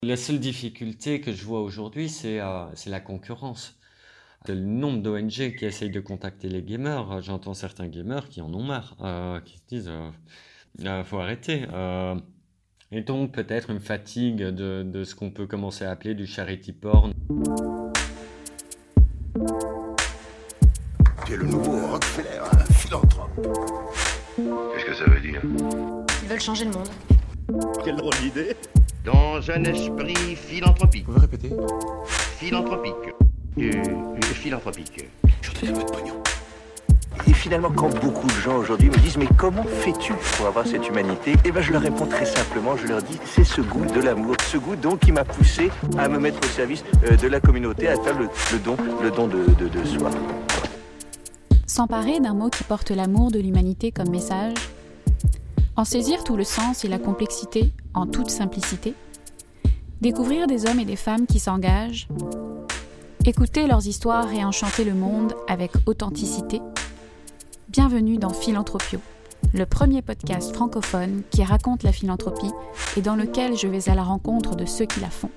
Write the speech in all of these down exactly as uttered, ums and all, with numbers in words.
La seule difficulté que je vois aujourd'hui, c'est, euh, c'est la concurrence. Le nombre d'O N G qui essayent de contacter les gamers, j'entends certains gamers qui en ont marre, euh, qui se disent euh, euh, faut arrêter. Euh, et donc peut-être une fatigue de, de ce qu'on peut commencer à appeler du charity porn. Tu es le nouveau Rockefeller, un philanthrope. Qu'est-ce que ça veut dire? Ils veulent changer le monde. Quelle drôle d'idée. Dans un esprit philanthropique. Vous pouvez répéter? Philanthropique. Euh, euh, philanthropique. Je te donne votre pognon. Et finalement, quand beaucoup de gens aujourd'hui me disent « Mais comment fais-tu pour avoir cette humanité ?» Eh bien, je leur réponds très simplement, je leur dis « C'est ce goût de l'amour, ce goût donc qui m'a poussé à me mettre au service euh, de la communauté, à faire le, le don, le don de, de, de soi. » S'emparer d'un mot qui porte l'amour de l'humanité comme message, en saisir tout le sens et la complexité en toute simplicité, découvrir des hommes et des femmes qui s'engagent, écouter leurs histoires et enchanter le monde avec authenticité. Bienvenue dans Philanthropio, le premier podcast francophone qui raconte la philanthropie et dans lequel je vais à la rencontre de ceux qui la font.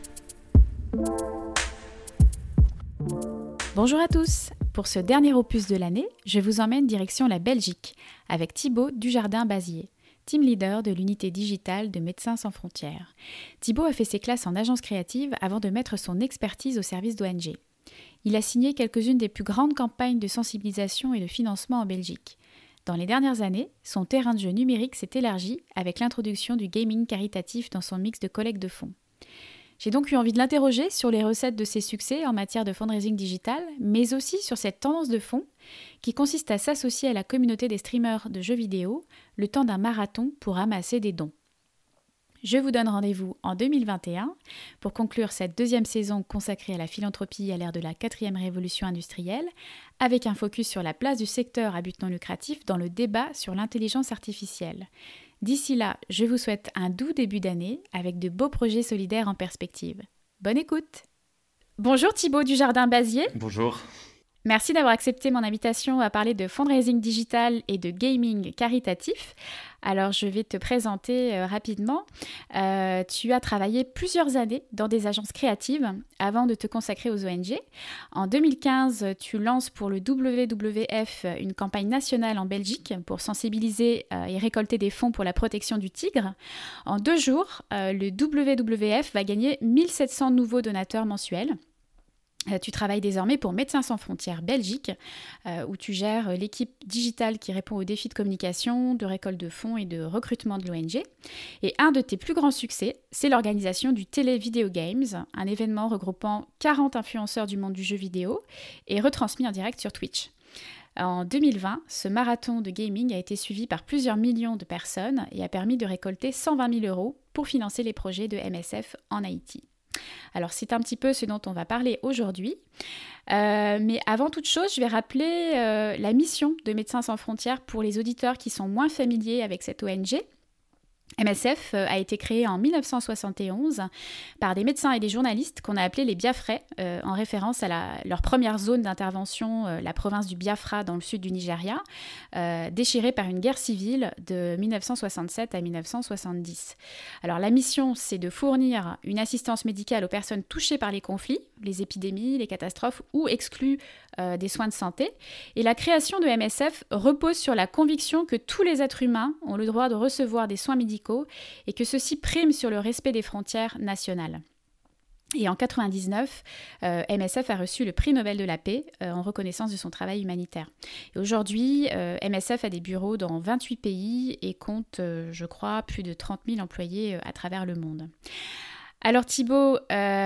Bonjour à tous! Pour ce dernier opus de l'année, je vous emmène direction la Belgique avec Thibaut Dujardin-Bazier, team leader de l'unité digitale de Médecins sans frontières. Thibaut a fait ses classes en agence créative avant de mettre son expertise au service d'O N G. Il a signé quelques-unes des plus grandes campagnes de sensibilisation et de financement en Belgique. Dans les dernières années, son terrain de jeu numérique s'est élargi avec l'introduction du gaming caritatif dans son mix de collecte de fonds. J'ai donc eu envie de l'interroger sur les recettes de ses succès en matière de fundraising digital, mais aussi sur cette tendance de fond qui consiste à s'associer à la communauté des streamers de jeux vidéo le temps d'un marathon pour ramasser des dons. Je vous donne rendez-vous en deux mille vingt et un pour conclure cette deuxième saison consacrée à la philanthropie à l'ère de la quatrième révolution industrielle, avec un focus sur la place du secteur à but non lucratif dans le débat sur l'intelligence artificielle. D'ici là, je vous souhaite un doux début d'année avec de beaux projets solidaires en perspective. Bonne écoute! Bonjour Thibaut Dujardin-Bazier. Bonjour. Merci d'avoir accepté mon invitation à parler de fundraising digital et de gaming caritatif. Alors, je vais te présenter euh, rapidement. Euh, tu as travaillé plusieurs années dans des agences créatives avant de te consacrer aux O N G. En deux mille quinze, tu lances pour le W W F une campagne nationale en Belgique pour sensibiliser euh, et récolter des fonds pour la protection du tigre. En deux jours, euh, le W W F va gagner mille sept cents nouveaux donateurs mensuels. Tu travailles désormais pour Médecins sans frontières Belgique, euh, où tu gères l'équipe digitale qui répond aux défis de communication, de récolte de fonds et de recrutement de l'O N G. Et un de tes plus grands succès, c'est l'organisation du Télé Video Games, un événement regroupant quarante influenceurs du monde du jeu vidéo et retransmis en direct sur Twitch. En deux mille vingt, ce marathon de gaming a été suivi par plusieurs millions de personnes et a permis de récolter cent vingt mille euros pour financer les projets de M S F en Haïti. Alors, c'est un petit peu ce dont on va parler aujourd'hui. Euh, mais avant toute chose, je vais rappeler euh, la mission de Médecins sans frontières pour les auditeurs qui sont moins familiers avec cette O N G. M S F a été créé en dix-neuf cent soixante et onze par des médecins et des journalistes qu'on a appelés les Biafrais, euh, en référence à la, leur première zone d'intervention, euh, la province du Biafra dans le sud du Nigeria, euh, déchirée par une guerre civile de dix-neuf cent soixante-sept à dix-neuf cent soixante-dix. Alors la mission, c'est de fournir une assistance médicale aux personnes touchées par les conflits, les épidémies, les catastrophes ou exclues euh, des soins de santé. Et la création de M S F repose sur la conviction que tous les êtres humains ont le droit de recevoir des soins médicaux et que ceci prime sur le respect des frontières nationales. Et en quatre-vingt-dix-neuf, euh, M S F a reçu le prix Nobel de la paix euh, en reconnaissance de son travail humanitaire. Et aujourd'hui, euh, M S F a des bureaux dans vingt-huit pays et compte, euh, je crois, plus de trente mille employés euh, à travers le monde. Alors Thibaut,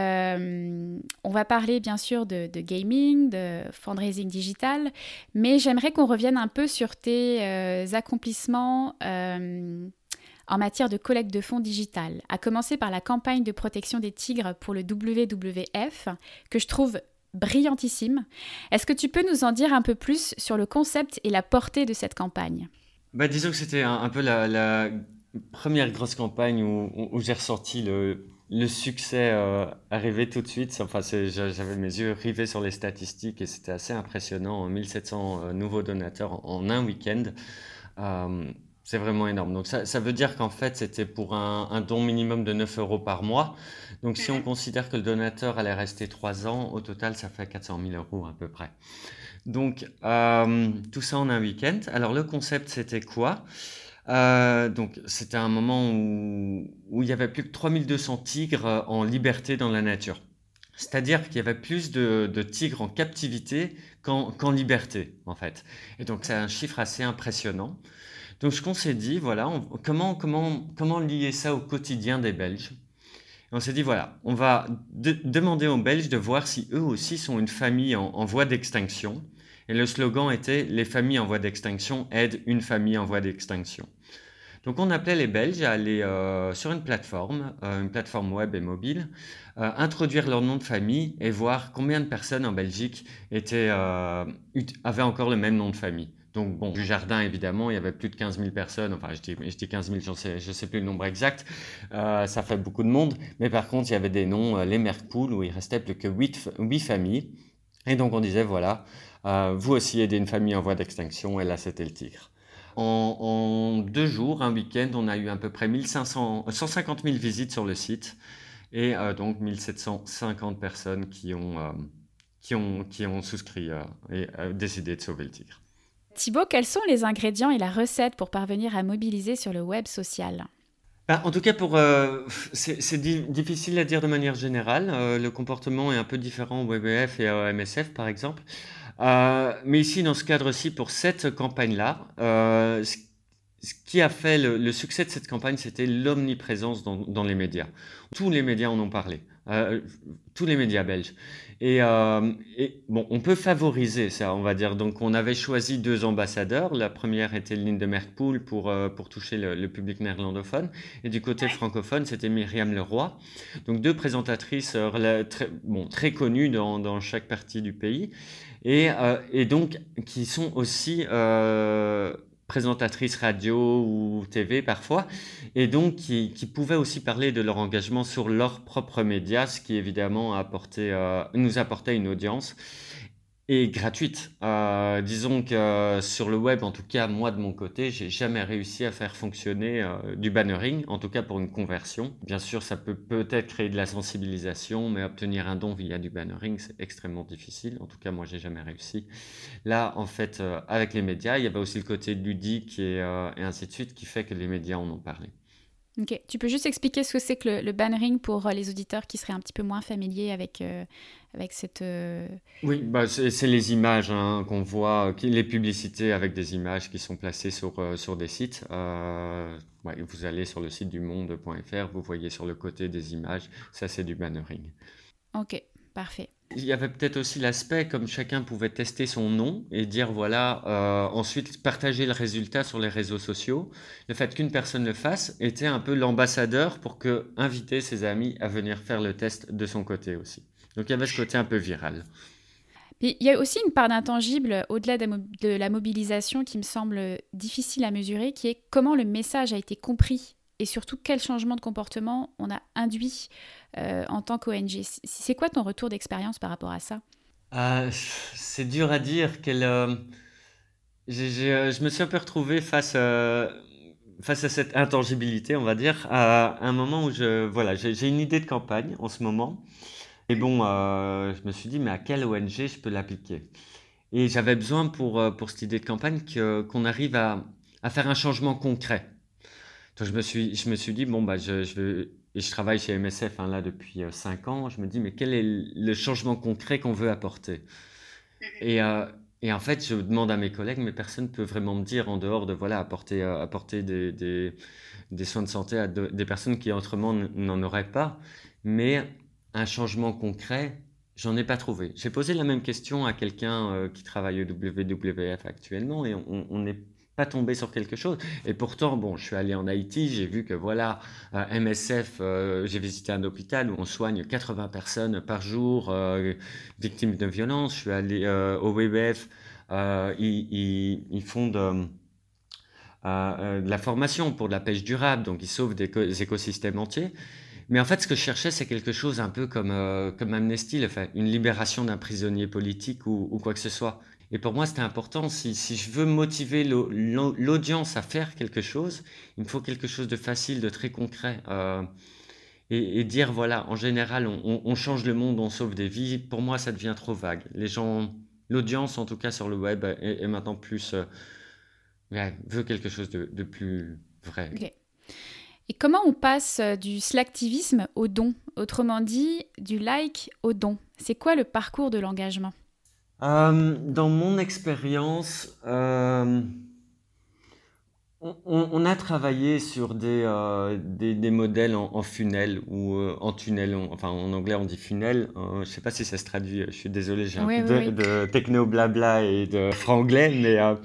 euh, on va parler bien sûr de, de gaming, de fundraising digital, mais j'aimerais qu'on revienne un peu sur tes euh, accomplissements euh, en matière de collecte de fonds digital, à commencer par la campagne de protection des tigres pour le W W F, que je trouve brillantissime. Est-ce que tu peux nous en dire un peu plus sur le concept et la portée de cette campagne ? Bah, disons que c'était un, un peu la, la première grosse campagne où, où, où j'ai ressenti le, le succès euh, arriver tout de suite. Enfin, c'est, j'avais mes yeux rivés sur les statistiques et c'était assez impressionnant. mille sept cents euh, nouveaux donateurs en, en un week-end. Euh, C'est vraiment énorme. Donc ça, ça veut dire qu'en fait, c'était pour un, un don minimum de neuf euros par mois. Donc si on considère que le donateur allait rester trois ans, au total, ça fait quatre cent mille euros à peu près. Donc euh, tout ça en un week-end. Alors le concept, c'était quoi ? Euh, donc c'était un moment où, où il y avait plus que trois mille deux cents tigres en liberté dans la nature. C'est-à-dire qu'il y avait plus de, de tigres en captivité qu'en, qu'en liberté, en fait. Et donc c'est un chiffre assez impressionnant. Donc ce qu'on s'est dit, voilà, on- comment, comment, comment lier ça au quotidien des Belges? Et on s'est dit, voilà, on va de- demander aux Belges de voir si eux aussi sont une famille en, en voie d'extinction. Et le slogan était, les familles en voie d'extinction aident une famille en voie d'extinction. Donc on appelait les Belges à aller euh, sur une plateforme, euh, une plateforme web et mobile, euh, introduire leur nom de famille et voir combien de personnes en Belgique étaient, euh, ut- avaient encore le même nom de famille. Donc bon, du jardin évidemment, il y avait plus de quinze mille personnes, enfin je dis, je dis quinze mille, je sais, je sais plus le nombre exact, euh, ça fait beaucoup de monde, mais par contre il y avait des noms, euh, les Mercpoul, où il restait plus que huit familles, et donc on disait voilà, euh, vous aussi aidez une famille en voie d'extinction, et là c'était le tigre. En, en deux jours, un week-end, on a eu à peu près mille cinq cents, cent cinquante mille visites sur le site et euh, donc mille sept cent cinquante personnes qui ont, euh, qui ont, qui ont souscrit euh, et euh, décidé de sauver le tigre. Thibaut, quels sont les ingrédients et la recette pour parvenir à mobiliser sur le web social ? Ben, en tout cas, pour, euh, c'est, c'est di- difficile à dire de manière générale. Euh, le comportement est un peu différent au W W F et à M S F, par exemple. Euh, mais ici, dans ce cadre-ci, pour cette campagne-là, euh, ce, ce qui a fait le, le succès de cette campagne, c'était l'omniprésence dans, dans les médias. Tous les médias en ont parlé, euh, tous les médias belges. Et, euh, et bon, on peut favoriser ça, on va dire. Donc, on avait choisi deux ambassadeurs. La première était Linde Mercpoul pour, euh, pour toucher le, le public néerlandophone. Et du côté francophone, c'était Myriam Leroy. Donc, deux présentatrices euh, rela- très, bon, très connues dans, dans chaque partie du pays. Et, euh, et donc, qui sont aussi euh, présentatrices radio ou T V parfois, et donc qui, qui pouvaient aussi parler de leur engagement sur leurs propres médias, ce qui évidemment a apporté, euh, nous apportait une audience et gratuite. Euh, disons que euh, sur le web, en tout cas, moi de mon côté, j'ai jamais réussi à faire fonctionner euh, du bannering, en tout cas pour une conversion. Bien sûr, ça peut peut-être créer de la sensibilisation, mais obtenir un don via du bannering, c'est extrêmement difficile. En tout cas, moi, j'ai jamais réussi. Là, en fait, euh, avec les médias, il y avait aussi le côté ludique et, euh, et ainsi de suite qui fait que les médias en ont parlé. Ok, tu peux juste expliquer ce que c'est que le, le bannering pour euh, les auditeurs qui seraient un petit peu moins familiers avec, euh, avec cette... euh, Oui, bah c'est, c'est les images hein, qu'on voit, euh, qui- les publicités avec des images qui sont placées sur, euh, sur des sites. Euh, ouais, vous allez sur le site du monde point f r, vous voyez sur le côté des images, ça c'est du bannering. Ok, parfait. Il y avait peut-être aussi l'aspect, comme chacun pouvait tester son nom et dire voilà, euh, ensuite partager le résultat sur les réseaux sociaux. Le fait qu'une personne le fasse était un peu l'ambassadeur pour que inviter ses amis à venir faire le test de son côté aussi. Donc il y avait ce côté un peu viral. Puis il y a aussi une part d'intangible au-delà de la, mo- de la mobilisation qui me semble difficile à mesurer, qui est comment le message a été compris et surtout quel changement de comportement on a induit euh, en tant qu'O N G. C- C'est quoi ton retour d'expérience par rapport à ça ? Euh, c'est dur à dire. Quelle, euh, j'ai- j'ai, euh, je me suis un peu retrouvé face, euh, face à cette intangibilité, on va dire, à un moment où je, voilà, j'ai, j'ai une idée de campagne en ce moment. Et bon, euh, je me suis dit, mais à quelle O N G je peux l'appliquer? Et j'avais besoin pour, euh, pour cette idée de campagne que, qu'on arrive à, à faire un changement concret. Donc je me suis, je me suis dit, bon, bah, je, je vais, et je travaille chez M S F hein, là depuis euh, cinq ans, je me dis, mais quel est le changement concret qu'on veut apporter? Et, euh, et en fait, je demande à mes collègues, mais personne ne peut vraiment me dire en dehors de voilà, apporter, euh, apporter des, des, des soins de santé à de- des personnes qui autrement n- n'en auraient pas. Mais un changement concret, j'en ai pas trouvé. J'ai posé la même question à quelqu'un euh, qui travaille au W W F actuellement et on on n'est pas tombé sur quelque chose. Et pourtant, bon, je suis allé en Haïti, j'ai vu que voilà, euh, M S F, euh, j'ai visité un hôpital où on soigne quatre-vingts personnes par jour euh, victimes de violences. Je suis allé euh, au W W F, euh, ils, ils, ils font de, euh, euh, de la formation pour de la pêche durable, donc ils sauvent des, co- des écosystèmes entiers. Mais en fait, ce que je cherchais, c'est quelque chose un peu comme, euh, comme Amnesty le fait, une libération d'un prisonnier politique ou, ou quoi que ce soit. Et pour moi, c'était important. Si, si je veux motiver l'au- l'au- l'audience à faire quelque chose, il me faut quelque chose de facile, de très concret. Euh, et, et dire, voilà, en général, on, on- on change le monde, on sauve des vies. Pour moi, ça devient trop vague. Les gens, l'audience, en tout cas sur le web, est, est maintenant plus, euh, ouais, veut quelque chose de, de plus vrai. Ok. Et comment on passe euh, du slacktivisme au don? Autrement dit, du like au don. C'est quoi le parcours de l'engagement? Euh, dans mon expérience, euh, on, on- on a travaillé sur des, euh, des, des modèles en, en funnel ou euh, en tunnel. On- enfin, en anglais, on dit funnel. Euh, je ne sais pas si ça se traduit. Je suis désolé, j'ai un Oui, peu oui, de, oui. de techno blabla et de franglais, mais euh,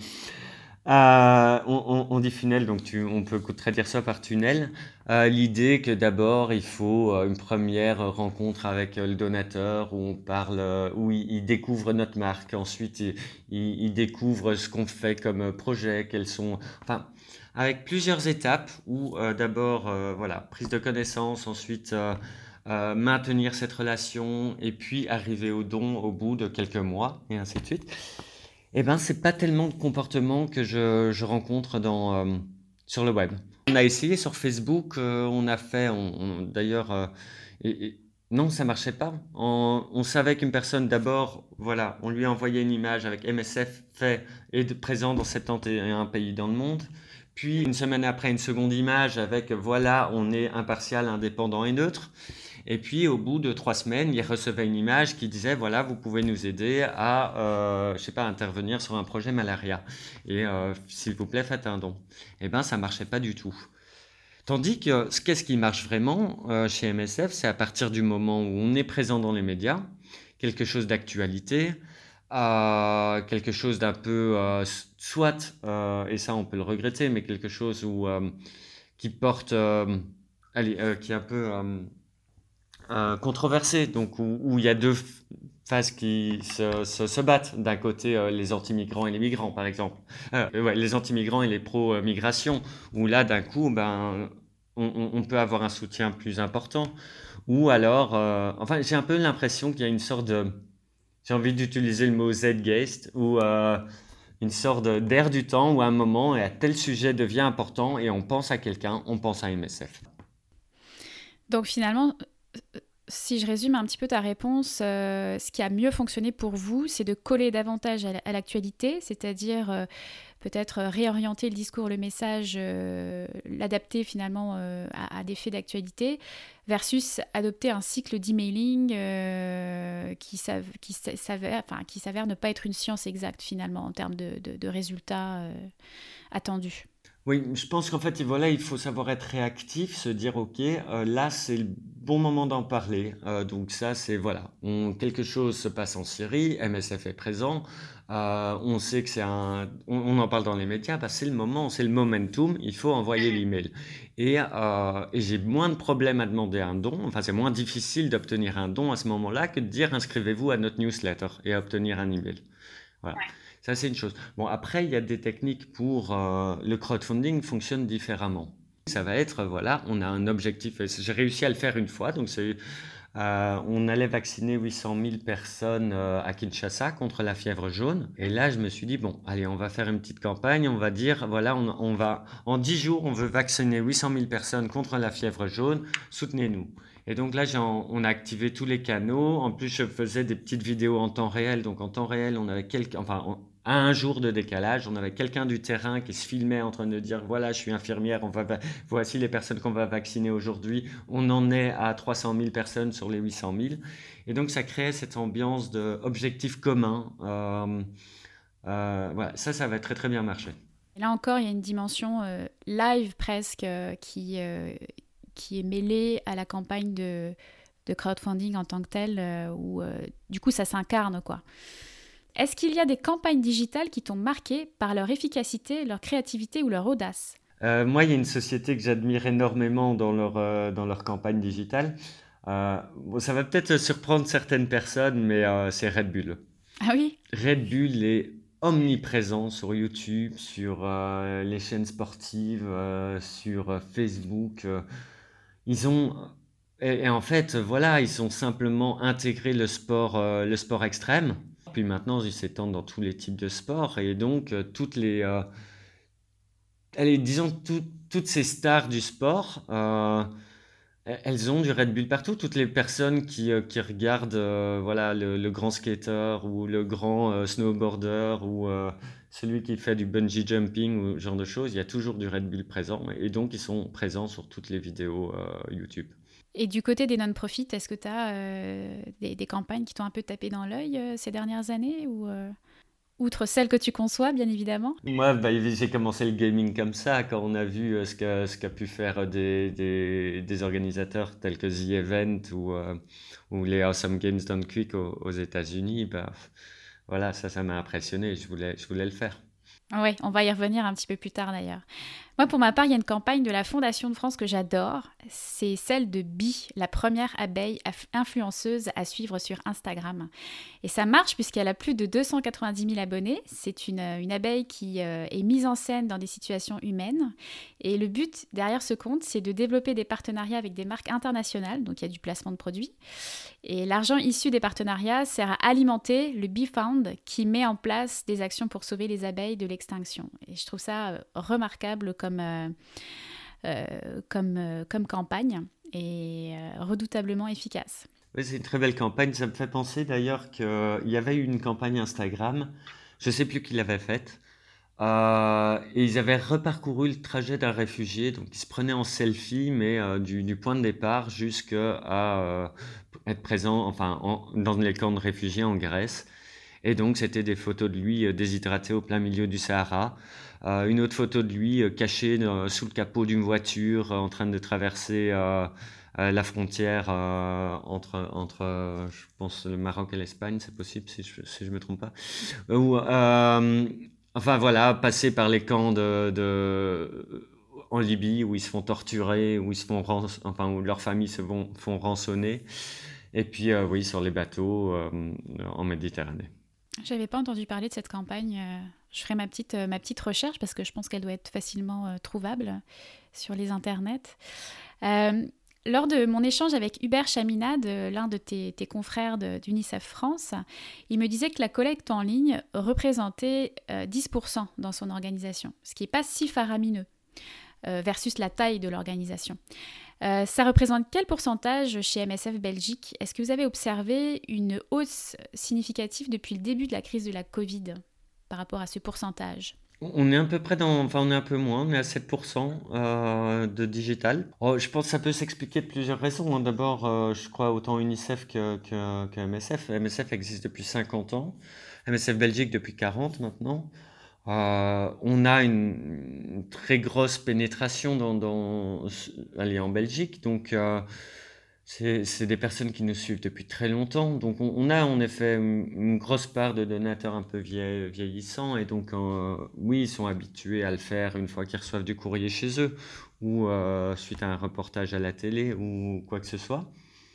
euh, on, on- on dit funnel, donc tu, on peut traduire ça par tunnel. Euh, l'idée que d'abord il faut euh, une première rencontre avec euh, le donateur où on parle, euh, où il, il découvre notre marque. Ensuite, il, il- il découvre ce qu'on fait comme euh, projet, quels sont, enfin, avec plusieurs étapes où euh, d'abord, euh, voilà, prise de connaissance, ensuite euh, euh, maintenir cette relation et puis arriver au don au bout de quelques mois et ainsi de suite. Eh ben, c'est pas tellement de comportements que je, je rencontre dans, euh, sur le web. On a essayé sur Facebook, euh, on a fait, on, on- d'ailleurs, euh, et- et- non, ça marchait pas. On, on savait qu'une personne, d'abord, voilà, on lui a envoyé une image avec M S F fait et de, présent dans soixante et un pays dans le monde. Puis, une semaine après, une seconde image avec, voilà, on est impartial, indépendant et neutre. Et puis, au bout de trois semaines, il recevait une image qui disait, voilà, vous pouvez nous aider à, euh, je sais pas, intervenir sur un projet malaria. Et euh, s'il vous plaît, faites un don. Eh ben, ça marchait pas du tout. Tandis que ce qu'est-ce qui marche vraiment euh, chez M S F, c'est à partir du moment où on est présent dans les médias, quelque chose d'actualité, euh, quelque chose d'un peu, euh, soit, euh, et ça on peut le regretter, mais quelque chose où, euh, qui porte, euh, allez, euh, qui est un peu euh, euh, controversé, donc où, où il y a deux phases qui se, se, se battent. D'un côté, euh, les anti-migrants et les migrants, par exemple. Euh, ouais, les anti-migrants et les pro-migration, où là, d'un coup, ben, on, on, on peut avoir un soutien plus important. Ou alors, euh, enfin, j'ai un peu l'impression qu'il y a une sorte de, j'ai envie d'utiliser le mot Zeitgeist, ou euh, une sorte d'air du temps où à un moment, un tel sujet devient important et on pense à quelqu'un, on pense à M S F. Donc finalement, si je résume un petit peu ta réponse, euh, ce qui a mieux fonctionné pour vous, c'est de coller davantage à l'actualité, c'est-à-dire euh, peut-être réorienter le discours, le message, euh, l'adapter finalement euh, à, à des faits d'actualité, versus adopter un cycle d'emailing euh, qui, sav qui s'avère enfin, qui s'avère ne pas être une science exacte finalement en termes de, de, de résultats euh, attendus. Oui, je pense qu'en fait, voilà, il faut savoir être réactif, se dire, OK, euh, là, c'est le bon moment d'en parler. Euh, donc ça, c'est, voilà, on, quelque chose se passe en Syrie, M S F est présent, euh, on sait que c'est un... On, on en parle dans les médias, bah, c'est le moment, c'est le momentum, il faut envoyer l'email. Et, euh, et j'ai moins de problèmes à demander un don, enfin, c'est moins difficile d'obtenir un don à ce moment-là que de dire, inscrivez-vous à notre newsletter et obtenir un email. Voilà. Ouais. Ça, c'est une chose. Bon, après, il y a des techniques pour... Euh, le crowdfunding fonctionne différemment. Ça va être, voilà, on a un objectif. J'ai réussi à le faire une fois. Donc, c'est, euh, on allait vacciner huit cent mille personnes euh, à Kinshasa contre la fièvre jaune. Et là, je me suis dit, bon, allez, on va faire une petite campagne. On va dire, voilà, on, on va, en dix jours, on veut vacciner huit cent mille personnes contre la fièvre jaune. Soutenez-nous. Et donc là, en, on a activé tous les canaux. En plus, je faisais des petites vidéos en temps réel. Donc en temps réel, on avait quelqu'un, enfin, on, à un jour de décalage, on avait quelqu'un du terrain qui se filmait en train de dire, voilà, je suis infirmière, on va, voici les personnes qu'on va vacciner aujourd'hui. On en est à trois cent mille personnes sur les huit cent mille. Et donc, ça créait cette ambiance d'objectif commun. Euh, euh, voilà, ça, ça va très, très bien marcher. Et là encore, il y a une dimension euh, live presque euh, qui... Euh, qui est mêlée à la campagne de, de crowdfunding en tant que telle, euh, où euh, du coup ça s'incarne, quoi. Est-ce qu'il y a des campagnes digitales qui t'ont marqué par leur efficacité, leur créativité ou leur audace ? euh, Moi, il y a une société que j'admire énormément dans leur, euh, dans leur campagne digitale. Euh, bon, ça va peut-être surprendre certaines personnes, mais euh, c'est Red Bull. Ah oui ? Red Bull est omniprésent sur YouTube, sur euh, les chaînes sportives, euh, sur euh, Facebook. Euh, Ils ont, et, et en fait, voilà, ils ont simplement intégré le sport, euh, le sport extrême. puis maintenant ils s'étendent dans tous les types de sports, et donc euh, toutes les, euh, allez, disons tout- toutes ces stars du sport, euh, elles elles ont du Red Bull partout. Toutes les personnes qui, euh, qui regardent euh, voilà, le, le grand skater ou le grand euh, snowboarder ou euh, celui qui fait du bungee jumping ou ce genre de choses, il y a toujours du Red Bull présent, et donc ils sont présents sur toutes les vidéos euh, YouTube. Et du côté des non-profits, est-ce que tu as euh, des, des campagnes qui t'ont un peu tapé dans l'œil euh, ces dernières années ou, euh, outre celles que tu conçois, bien évidemment? Moi, bah, j'ai commencé le gaming comme ça, quand on a vu euh, ce qu'a ce qu'a pu faire des, des, des organisateurs tels que The Event ou, euh, ou les Awesome Games Done Quick aux, aux États-Unis. Bah, f- voilà, ça, ça m'a impressionné. Je voulais, je voulais le faire. Oui, on va y revenir un petit peu plus tard d'ailleurs. Moi, pour ma part, il y a une campagne de la Fondation de France que j'adore. C'est celle de Bee, la première abeille aff- influenceuse à suivre sur Instagram. Et ça marche puisqu'elle a plus de deux cent quatre-vingt-dix mille abonnés. C'est une, une abeille qui euh, est mise en scène dans des situations humaines. Et le but derrière ce compte, c'est de développer des partenariats avec des marques internationales. Donc, il y a du placement de produits. Et l'argent issu des partenariats sert à alimenter le Bee Fund qui met en place des actions pour sauver les abeilles de l'extinction. Et je trouve ça euh, remarquable comme, euh, euh, comme, euh, comme campagne et euh, redoutablement efficace. Oui, c'est une très belle campagne. Ça me fait penser d'ailleurs qu'il y avait eu une campagne Instagram, je ne sais plus qui l'avait faite, euh, et ils avaient reparcouru le trajet d'un réfugié. Donc ils se prenaient en selfie, mais euh, du, du point de départ jusqu'à euh, être présent, enfin, en- dans les camps de réfugiés en Grèce. Et donc, c'était des photos de lui euh, déshydraté au plein milieu du Sahara. Euh, une autre photo de lui euh, caché dans- sous le capot d'une voiture, euh, en train de traverser euh, euh, la frontière euh, entre, entre euh, je pense, le Maroc et l'Espagne, c'est possible si je si je me trompe pas. Ou, euh, enfin voilà, passer par les camps de, de- en Libye où ils se font torturer, où ils se font ran- enfin où leurs familles se vont, font rançonner. Et puis euh, oui, sur les bateaux euh, en Méditerranée. J'avais pas entendu parler de cette campagne. euh, Je ferai ma petite, euh, ma petite recherche parce que je pense qu'elle doit être facilement euh, trouvable sur les internets. Euh, Lors de mon échange avec Hubert Chaminade, euh, l'un de tes, tes confrères de- d'UNICEF France, il me disait que la collecte en ligne représentait euh, dix pour cent dans son organisation, ce qui n'est pas si faramineux euh, versus la taille de l'organisation. Euh, ça représente quel pourcentage chez M S F Belgique? Est-ce que vous avez observé une hausse significative depuis le début de la crise de la Covid par rapport à ce pourcentage? On est à peu près dans, enfin on est un peu moins, on est à sept pour cent euh, de digital. Oh, je pense que ça peut s'expliquer de plusieurs raisons, hein. D'abord, euh, je crois autant UNICEF que, que, que M S F. M S F existe depuis cinquante ans, M S F Belgique depuis quarante maintenant. Euh, on a une, une très grosse pénétration dans, dans, allez, en Belgique, donc euh, c'est c'est des personnes qui nous suivent depuis très longtemps. Donc on, on a en effet une, une grosse part de donateurs un peu vieil- vieillissants, et donc euh, oui, ils sont habitués à le faire une fois qu'ils reçoivent du courrier chez eux ou euh, suite à un reportage à la télé ou quoi que ce soit.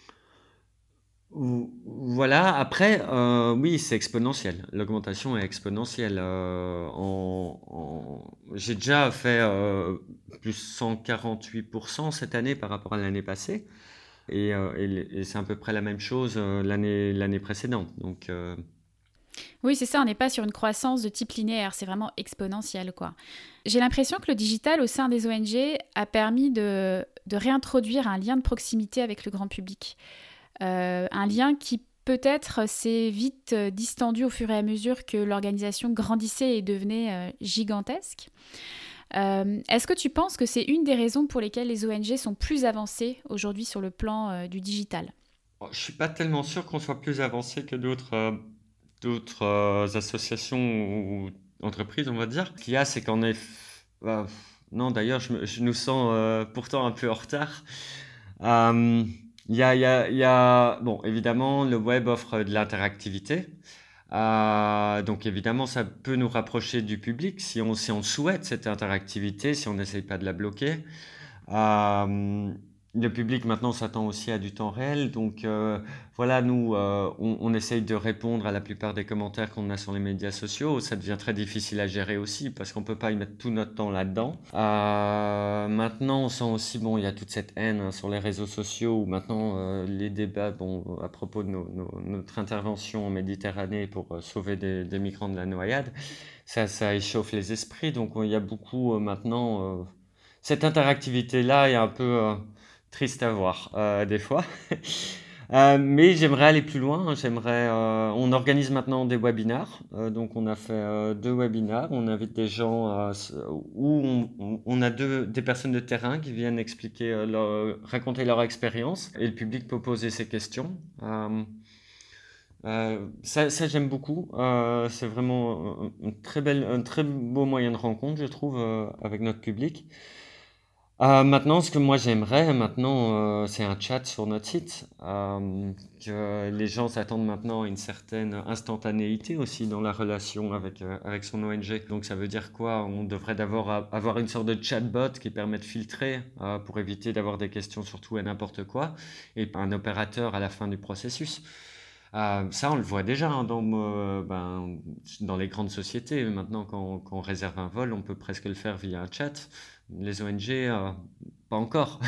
Ou- Voilà, après, euh, oui, c'est exponentiel. L'augmentation est exponentielle. Euh, en, en- J'ai déjà fait euh, plus cent quarante-huit pour cent cette année par rapport à l'année passée. Et, euh, et l- et c'est à peu près la même chose euh, l'année l'année précédente. Donc, euh, Oui, c'est ça, on n'est pas sur une croissance de type linéaire, c'est vraiment exponentiel, quoi. J'ai l'impression que le digital au sein des O N G a permis de, de réintroduire un lien de proximité avec le grand public. Euh, un lien qui peut-être s'est vite euh, distendu au fur et à mesure que l'organisation grandissait et devenait euh, gigantesque. Euh, est-ce que tu penses que c'est une des raisons pour lesquelles les O N G sont plus avancées aujourd'hui sur le plan euh, du digital? oh, je suis pas tellement sûr qu'on soit plus avancé que d'autres euh, d'autres euh, associations ou entreprises, on va dire. Ce qu'il y a, c'est qu'en effet, bah, non, d'ailleurs, je, me- je nous sens euh, pourtant un peu en retard. Euh, Il y a, il y a, il y a- bon, évidemment, le web offre de l'interactivité. Euh, donc évidemment, ça peut nous rapprocher du public si on, si on souhaite cette interactivité, si on n'essaye pas de la bloquer. Euh, le public maintenant s'attend aussi à du temps réel. Donc euh, voilà, nous, euh, on, on essaye de répondre à la plupart des commentaires qu'on a sur les médias sociaux. Ça devient très difficile à gérer aussi parce qu'on ne peut pas y mettre tout notre temps là-dedans. Euh, maintenant, on sent aussi, bon, il y a toute cette haine hein, sur les réseaux sociaux où maintenant euh, les débats bon, à propos de nos, nos, notre intervention en Méditerranée pour euh, sauver des, des migrants de la noyade, ça, ça échauffe les esprits. Donc il y a beaucoup euh, maintenant... Euh, cette interactivité-là est un peu... Euh, triste à voir euh, des fois. euh, mais j'aimerais aller plus loin. J'aimerais, euh, on organise maintenant des webinars. Euh, donc on a fait euh, deux webinars. On invite des gens euh, où on, on a deux, des personnes de terrain qui viennent expliquer, euh, leur, raconter leur expérience et le public peut poser ses questions. Euh, euh, ça, ça j'aime beaucoup. Euh, c'est vraiment une très belle, un très beau moyen de rencontre, je trouve, euh, avec notre public. Euh, maintenant, ce que moi j'aimerais, maintenant, euh, c'est un chat sur notre site. Euh, que les gens s'attendent maintenant à une certaine instantanéité aussi dans la relation avec, euh, avec son O N G. Donc ça veut dire quoi? On devrait d'abord avoir une sorte de chatbot qui permet de filtrer euh, pour éviter d'avoir des questions sur tout et n'importe quoi, et un opérateur à la fin du processus. Euh, ça, on le voit déjà hein, dans, euh, ben, dans les grandes sociétés. Maintenant, quand, quand on réserve un vol, on peut presque le faire via un chat. Les O N G, euh, pas encore.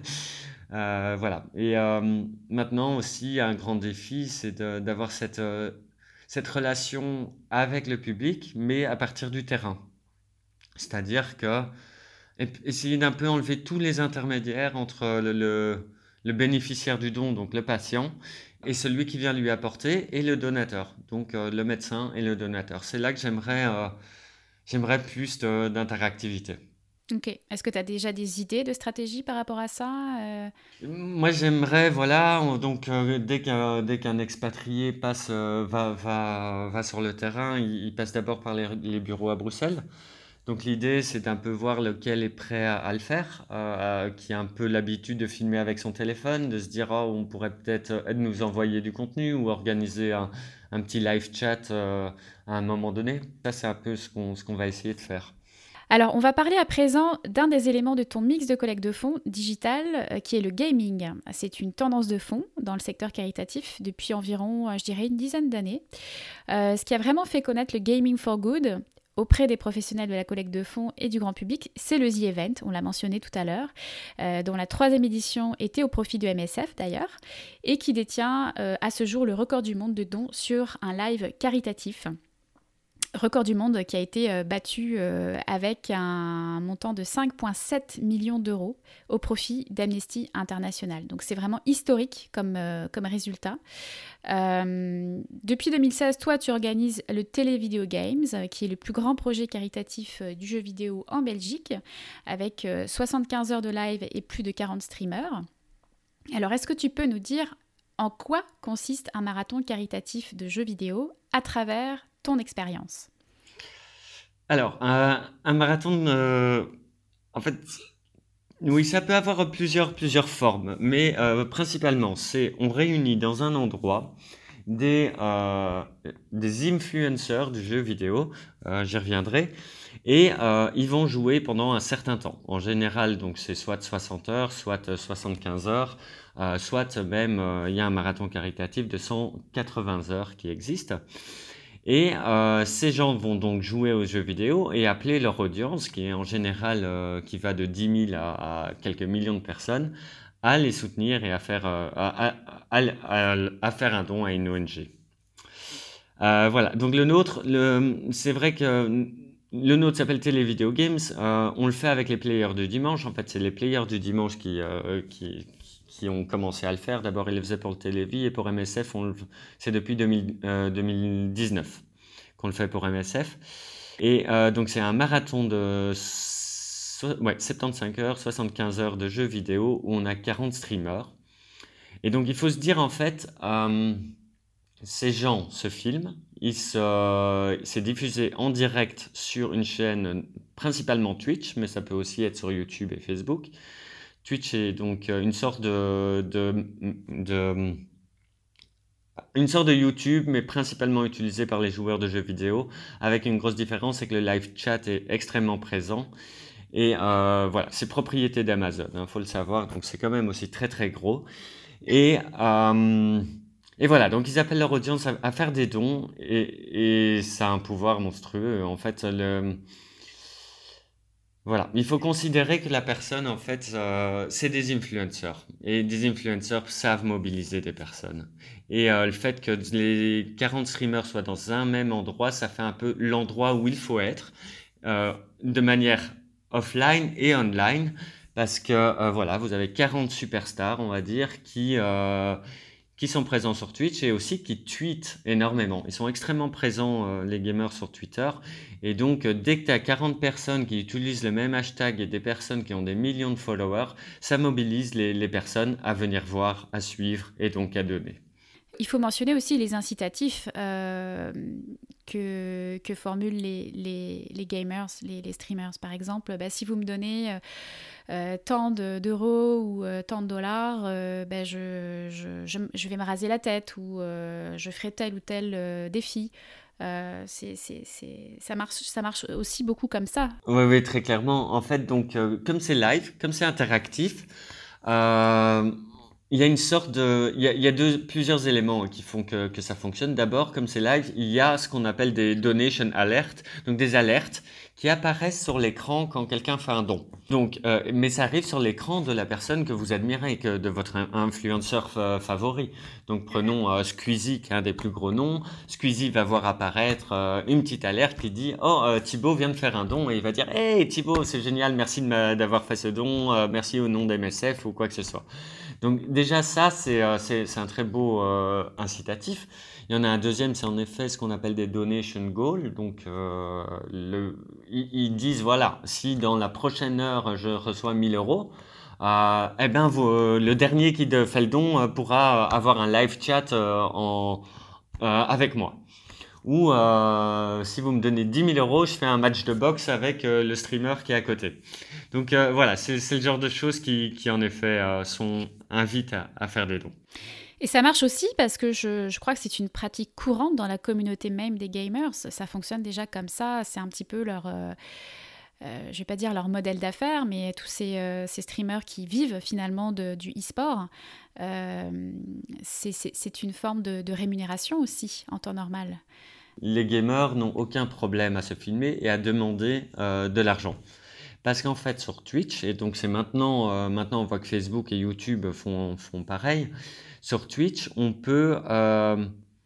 euh, voilà. Et euh, maintenant aussi, un grand défi, c'est de, d'avoir cette, euh, cette relation avec le public, mais à partir du terrain. C'est-à-dire que essayer d'un peu enlever tous les intermédiaires entre le, le, le bénéficiaire du don, donc le patient, et celui qui vient lui apporter, et le donateur, donc euh, le médecin et le donateur. C'est là que j'aimerais, euh, j'aimerais plus de, d'interactivité. Ok. Est-ce que tu as déjà des idées de stratégie par rapport à ça euh... Moi, j'aimerais, voilà, on, donc euh, dès qu'un, dès qu'un expatrié passe, euh, va, va, va sur le terrain, il, il passe d'abord par les, les bureaux à Bruxelles. Donc l'idée, c'est d'un peu voir lequel est prêt à, à le faire, euh, qui a un peu l'habitude de filmer avec son téléphone, de se dire oh, on pourrait peut-être nous envoyer du contenu ou organiser un, un petit live chat euh, à un moment donné. Ça, c'est un peu ce qu'on, ce qu'on va essayer de faire. Alors, on va parler à présent d'un des éléments de ton mix de collecte de fonds digital, euh, qui est le gaming. C'est une tendance de fond dans le secteur caritatif depuis environ, euh, je dirais, une dizaine d'années. Euh, ce qui a vraiment fait connaître le Gaming for Good auprès des professionnels de la collecte de fonds et du grand public, c'est le The Event, on l'a mentionné tout à l'heure, euh, dont la troisième édition était au profit de M S F d'ailleurs, et qui détient euh, à ce jour le record du monde de dons sur un live caritatif. Record du monde qui a été euh, battu euh, avec un montant de cinq virgule sept millions d'euros au profit d'Amnesty International. Donc c'est vraiment historique comme, euh, comme résultat. Euh, depuis deux mille seize, toi tu organises le Télé Video Games, euh, qui est le plus grand projet caritatif euh, du jeu vidéo en Belgique, avec euh, soixante-quinze heures de live et plus de quarante streamers. Alors est-ce que tu peux nous dire en quoi consiste un marathon caritatif de jeux vidéo à travers ton expérience? Alors, un, un marathon, euh, en fait, oui, ça peut avoir plusieurs, plusieurs formes, mais euh, principalement, c'est on réunit dans un endroit des, euh, des influenceurs du jeu vidéo, euh, j'y reviendrai, et euh, ils vont jouer pendant un certain temps. En général, donc c'est soit soixante heures, soit soixante-quinze heures, euh, soit même euh, il y a un marathon caritatif de cent quatre-vingts heures qui existe. Et euh, ces gens vont donc jouer aux jeux vidéo et appeler leur audience, qui est en général euh, qui va de dix mille à, à quelques millions de personnes, à les soutenir et à faire, euh, à, à, à, à faire un don à une O N G. Euh, voilà, donc le nôtre, le, c'est vrai que le nôtre s'appelle Télé Video Games. Euh, on le fait avec les players du dimanche. En fait, c'est les players du dimanche qui, euh, qui, qui ont commencé à le faire. D'abord, ils le faisaient pour le Télévis et pour M S F, on le, c'est depuis deux mille, euh, deux mille dix-neuf qu'on le fait pour M S F. Et euh, donc, c'est un marathon de so- ouais, soixante-quinze heures, soixante-quinze heures de jeux vidéo où on a quarante streamers. Et donc, il faut se dire, en fait, euh, ces gens se filment, ils se, c'est diffusé en direct sur une chaîne, principalement Twitch, mais ça peut aussi être sur YouTube et Facebook. Twitch est donc une sorte de, de, de, une sorte de YouTube, mais principalement utilisé par les joueurs de jeux vidéo, avec une grosse différence, c'est que le live chat est extrêmement présent. Et euh, voilà, c'est propriété d'Amazon, il hein, faut le savoir, donc c'est quand même aussi très très gros. Et, euh, et voilà, donc ils appellent leur audience à, à faire des dons, et, et ça a un pouvoir monstrueux. En fait, le... Voilà, il faut considérer que la personne, en fait, euh, c'est des influenceurs. Et des influenceurs savent mobiliser des personnes. Et euh, le fait que les quarante streamers soient dans un même endroit, ça fait un peu l'endroit où il faut être, euh, de manière offline et online. Parce que, euh, voilà, vous avez quarante superstars, on va dire, qui... Euh, qui sont présents sur Twitch et aussi qui tweetent énormément. Ils sont extrêmement présents, euh, les gamers, sur Twitter. Et donc, euh, dès que tu as quarante personnes qui utilisent le même hashtag et des personnes qui ont des millions de followers, ça mobilise les, les personnes à venir voir, à suivre et donc à donner. Il faut mentionner aussi les incitatifs euh, que, que formulent les, les, les gamers, les, les streamers. Par exemple, bah, si vous me donnez euh, euh, tant de, d'euros ou euh, tant de dollars, euh, bah, je, je, je, je vais me raser la tête ou euh, je ferai tel ou tel euh, défi. Euh, c'est, c'est, c'est, ça, marche, ça marche aussi beaucoup comme ça. Oui, oui, très clairement. En fait, donc, euh, comme c'est live, comme c'est interactif, euh, il y a une sorte de, il y a, il y a deux, plusieurs éléments qui font que, que ça fonctionne. D'abord, comme c'est live, il y a ce qu'on appelle des donation alerts, donc des alertes qui apparaissent sur l'écran quand quelqu'un fait un don. Donc, euh, mais ça arrive sur l'écran de la personne que vous admirez, que de votre influenceur fa- favori. Donc, prenons euh, Squeezie, qui est un des plus gros noms. Squeezie va voir apparaître euh, une petite alerte qui dit « Oh, euh, Thibaut vient de faire un don » et il va dire « Hey Thibaut, c'est génial, merci de m'a- d'avoir fait ce don, euh, merci au nom d'M S F ou quoi que ce soit. » Donc déjà ça, c'est, euh, c'est, c'est un très beau euh, incitatif. Il y en a un deuxième, c'est en effet ce qu'on appelle des donation goals. Donc euh, le, ils, ils disent, voilà, si dans la prochaine heure, je reçois mille euros, euh, eh ben, vous, euh, le dernier qui de, fait le don euh, pourra avoir un live chat euh, en, euh, avec moi. Ou euh, si vous me donnez dix mille euros, je fais un match de boxe avec euh, le streamer qui est à côté. Donc euh, voilà, c'est, c'est le genre de choses qui, qui en effet euh, sont, invitent à, à faire des dons. Et ça marche aussi parce que je, je crois que c'est une pratique courante dans la communauté même des gamers. Ça fonctionne déjà comme ça, c'est un petit peu leur... Euh, euh, je vais pas dire leur modèle d'affaires, mais tous ces, euh, ces streamers qui vivent finalement de, du e-sport, euh, c'est, c'est, c'est une forme de, de rémunération aussi en temps normal. Les gamers n'ont aucun problème à se filmer et à demander euh, de l'argent. Parce qu'en fait, sur Twitch, et donc c'est maintenant, euh, maintenant on voit que Facebook et YouTube font, font pareil, sur Twitch, on peut euh,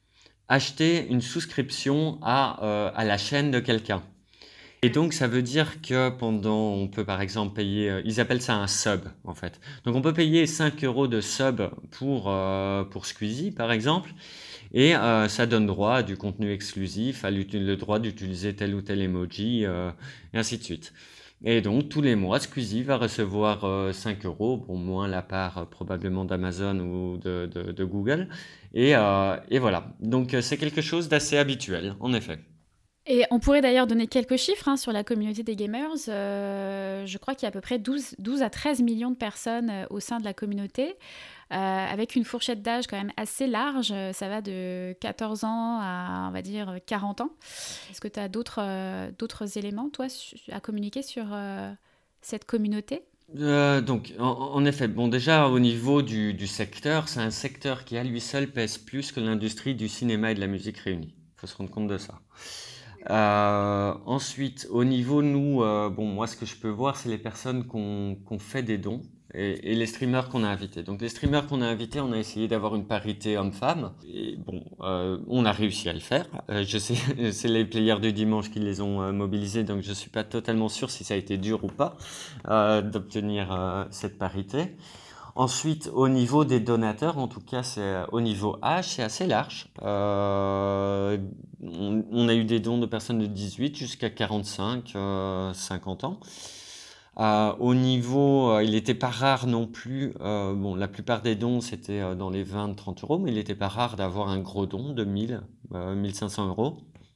acheter une souscription à, euh, à la chaîne de quelqu'un. Et donc, ça veut dire que pendant, on peut par exemple payer, euh, ils appellent ça un sub en fait. Donc, on peut payer cinq euros de sub pour, euh, pour Squeezie par exemple. Et euh, ça donne droit à du contenu exclusif, à le droit d'utiliser tel ou tel emoji, euh, et ainsi de suite. Et donc, tous les mois, Squeezie va recevoir euh, cinq euros, bon, moins la part euh, probablement d'Amazon ou de, de, de Google. Et, euh, et voilà. Donc, euh, c'est quelque chose d'assez habituel, en effet. Et on pourrait d'ailleurs donner quelques chiffres hein, sur la communauté des gamers. Euh, je crois qu'il y a à peu près douze, douze à treize millions de personnes euh, au sein de la communauté, euh, avec une fourchette d'âge quand même assez large. Ça va de quatorze ans à, on va dire, quarante ans. Est-ce que tu as d'autres, euh, d'autres éléments, toi, à communiquer sur euh, cette communauté ? Euh, donc, en, en effet, bon, déjà au niveau du, du secteur, c'est un secteur qui à lui seul pèse plus que l'industrie du cinéma et de la musique réunie. Il faut se rendre compte de ça. Euh, ensuite, au niveau, nous, euh, bon, moi, ce que je peux voir, c'est les personnes qu'on qu'on fait des dons et, et les streamers qu'on a invités. Donc, les streamers qu'on a invités, on a essayé d'avoir une parité homme-femme. Et bon, euh, on a réussi à le faire. Euh, je sais, c'est les players du dimanche qui les ont euh, mobilisés, donc je suis pas totalement sûr si ça a été dur ou pas euh, d'obtenir euh, cette parité. Ensuite, au niveau des donateurs, en tout cas, c'est au niveau âge, c'est assez large. Euh, on, on a eu des dons de personnes de dix-huit jusqu'à quarante-cinq, euh, cinquante ans. Euh, au niveau, euh, il n'était pas rare non plus, euh, bon, la plupart des dons, c'était euh, dans les vingt à trente euros, mais il n'était pas rare d'avoir un gros don de mille, euh, mille cinq cents euros.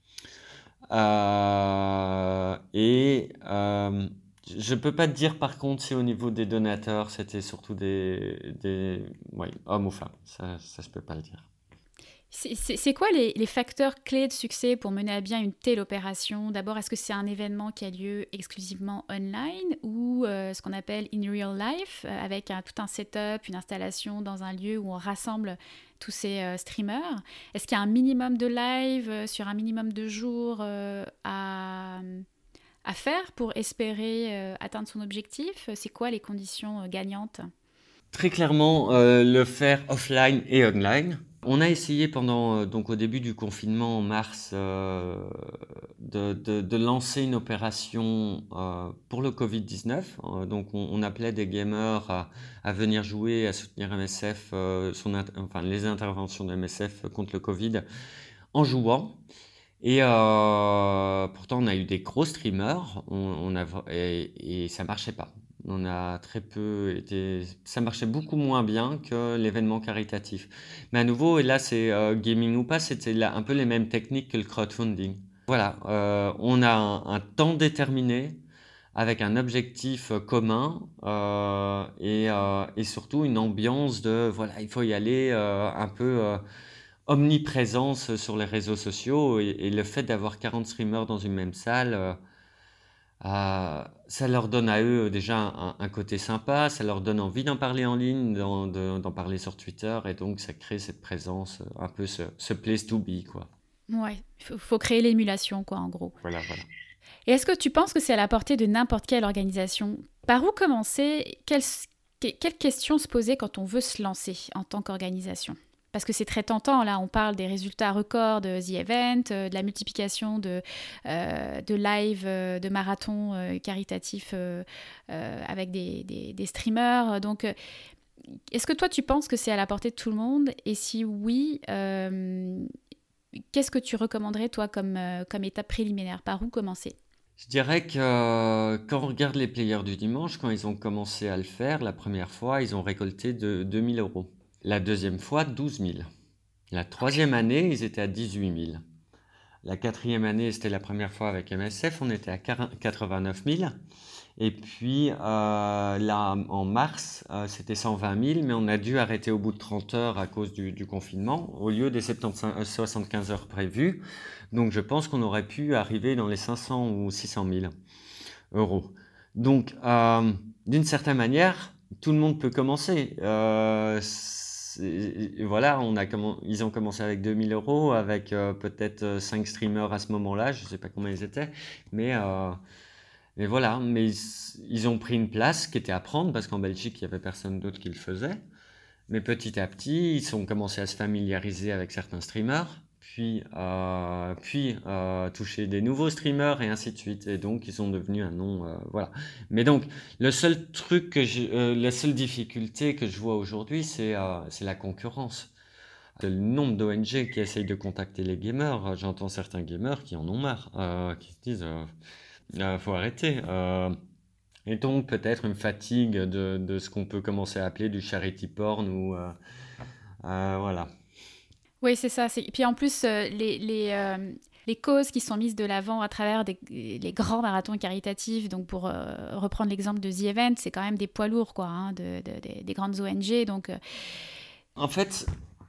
Euh, et... Euh, Je peux pas te dire par contre si au niveau des donateurs c'était surtout des, des ouais, hommes ou femmes, ça, ça je peux pas le dire. C'est c'est- c'est quoi les, les facteurs clés de succès pour mener à bien une telle opération? D'abord, est-ce que c'est un événement qui a lieu exclusivement online ou euh, ce qu'on appelle in real life, euh, avec un- tout un setup, une installation dans un lieu où on rassemble tous ces euh, streamers? Est-ce qu'il y a un minimum de live euh, sur un minimum de jours euh, à, à faire pour espérer euh, atteindre son objectif? C'est quoi les conditions euh, gagnantes? Très clairement, euh, le faire offline et online. On a essayé pendant, euh, donc au début du confinement en mars, euh, de, de- de lancer une opération euh, pour le covid dix-neuf. Euh, donc on, on appelait des gamers à, à venir jouer, à soutenir M S F, euh, son int- enfin, les interventions de M S F contre le Covid en jouant. Et euh, pourtant, on a eu des gros streamers, on, on a, et, et ça marchait pas. On a très peu été, ça marchait beaucoup moins bien que l'événement caritatif. Mais à nouveau, et là c'est euh, gaming ou pas, c'était là un peu les mêmes techniques que le crowdfunding. Voilà, euh, on a un, un temps déterminé avec un objectif euh, commun euh, et, euh, et surtout une ambiance de voilà, il faut y aller euh, un peu euh, omniprésence sur les réseaux sociaux et, et le fait d'avoir quarante streamers dans une même salle, euh, euh, ça leur donne à eux déjà un, un côté sympa, ça leur donne envie d'en parler en ligne, d'en, de- d'en parler sur Twitter et donc ça crée cette présence, euh, un peu ce, ce place to be, quoi. Ouais, il faut, faut créer l'émulation, quoi, en gros. Voilà, voilà. Et est-ce que tu penses que c'est à la portée de n'importe quelle organisation? Par où commencer? Quelles, quelles questions se poser quand on veut se lancer en tant qu'organisation? Parce que c'est très tentant, là, on parle des résultats records de The Event, euh, de la multiplication de, euh, de live, euh, de marathons euh, caritatifs euh, euh, avec des, des, des streamers. Donc, euh, est-ce que toi, tu penses que c'est à la portée de tout le monde? Et si oui, euh, qu'est-ce que tu recommanderais, toi, comme, euh, comme étape préliminaire? Par où commencer? Je dirais que euh, quand on regarde les players du dimanche, quand ils ont commencé à le faire, la première fois, ils ont récolté de deux mille euros. La deuxième fois, douze mille. La troisième année, ils étaient à dix-huit mille. La quatrième année, c'était la première fois avec M S F, on était à quatre-vingt-neuf mille. Et puis euh, là, en mars, euh, c'était cent vingt mille, mais on a dû arrêter au bout de trente heures à cause du, du confinement, au lieu des soixante-quinze euh, soixante-quinze heures prévues. Donc je pense qu'on aurait pu arriver dans les cinq cents ou six cent mille euros. Donc, euh, d'une certaine manière, tout le monde peut commencer. Euh, c'est- voilà, on a commen- ils ont commencé avec deux mille euros, avec euh, peut-être euh, cinq streamers à ce moment-là, je ne sais pas combien ils étaient, mais, euh, mais voilà, mais ils, ils ont pris une place qui était à prendre, parce qu'en Belgique, il n'y avait personne d'autre qui le faisait. Mais petit à petit, ils ont commencé à se familiariser avec certains streamers, puis, euh, puis euh, toucher des nouveaux streamers et ainsi de suite. Et donc, ils sont devenus un nom, euh, voilà. Mais donc, le seul truc que je, euh, la seule difficulté que je vois aujourd'hui, c'est euh, c'est la concurrence. Le nombre d'O N G qui essayent de contacter les gamers, j'entends certains gamers qui en ont marre, euh, qui se disent, euh, euh, faut arrêter. Euh, et donc peut-être une fatigue de, de ce qu'on peut commencer à appeler du charity porn ou euh, euh, voilà. Oui, c'est ça. c'est- Puis en plus, euh, les, les, euh, les causes qui sont mises de l'avant à travers des, les grands marathons caritatifs, donc pour euh, reprendre l'exemple de The Event, c'est quand même des poids lourds, quoi, hein, de, de- des- des grandes O N G. Donc, euh, En fait,